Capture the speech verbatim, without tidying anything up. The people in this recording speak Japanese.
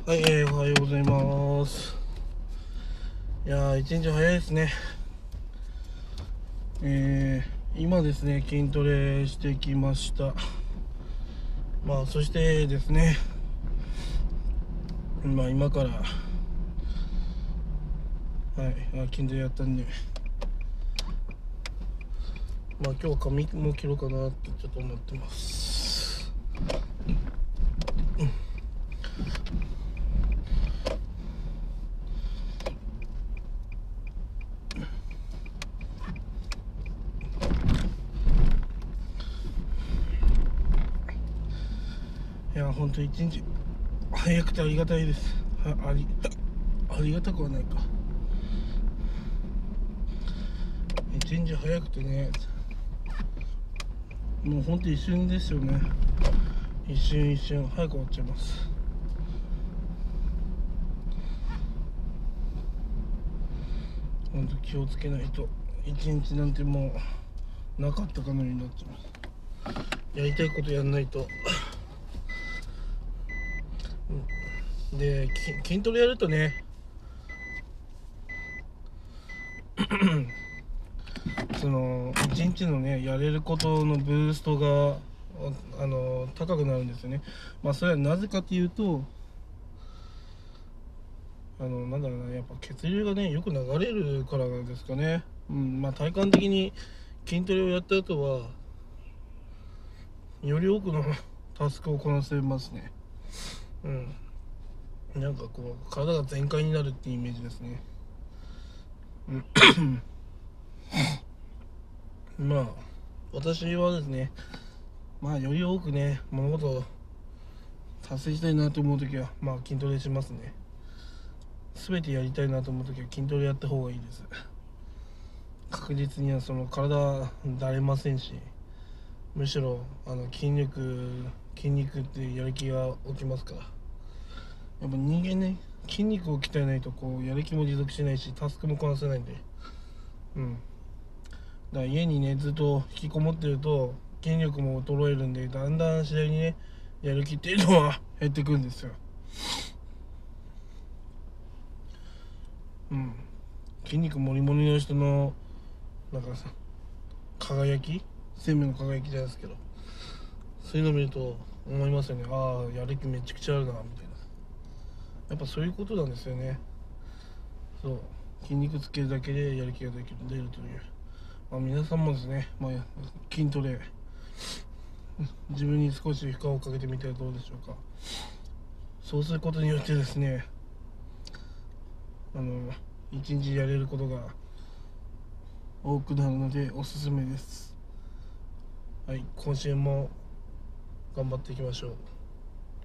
はい、えー、おはようございます。いやー、一日早いですね。えー、今ですね、筋トレしてきました。まあ、そしてですね、まあ、今から、はい、筋トレやったんで、まあ、今日髪も切ろうかなってちょっと思ってます。うんいや、ほんと一日早くてありがたいです。あ、あり、ありがたくはないか。一日早くてね、もうほんと一瞬ですよね。一瞬一瞬早く終わっちゃいます。ほんと気をつけないと一日なんてもうなかったかのようになっちゃいます。やりたいことやんないと。で筋トレやるとねその一日のねやれることのブーストがあの高くなるんですよね。まあそれはなぜかというと、あのなんだろうな、やっぱ血流がねよく流れるからなんですかね。うん、まあ体感的に筋トレをやった後はより多くのタスクをこなせますね。うん、なんかこう体が全開になるっていうイメージですね。まあ私はですね、まあより多くね物事を達成したいなと思うときはまあ筋トレしますね。全てやりたいなと思うときは筋トレやった方がいいです。確実にはその体だれませんし、むしろあの筋力筋肉ってやる気が起きますから。やっぱ人間ね、筋肉を鍛えないとこうやる気も持続しないしタスクもこなせないんで、うんだから家にねずっと引きこもってると筋力も衰えるんで、だんだん次第にねやる気っていうのは減ってくるんですよ。うん筋肉もりもりの人のなんかさ輝き、生命の輝きじゃないですけど、そういうのを見ると思いますよね。ああやる気めちゃくちゃあるなみたいな。やっぱそういうことなんですよね。そう筋肉つけるだけでやる気ができる出るという、まあ、皆さんもですね、まあ、筋トレ自分に少し負荷をかけてみてはどうでしょうか。そうすることによってですね、あの一日やれることが多くなるのでおすすめです。はい、今週も頑張っていきましょう。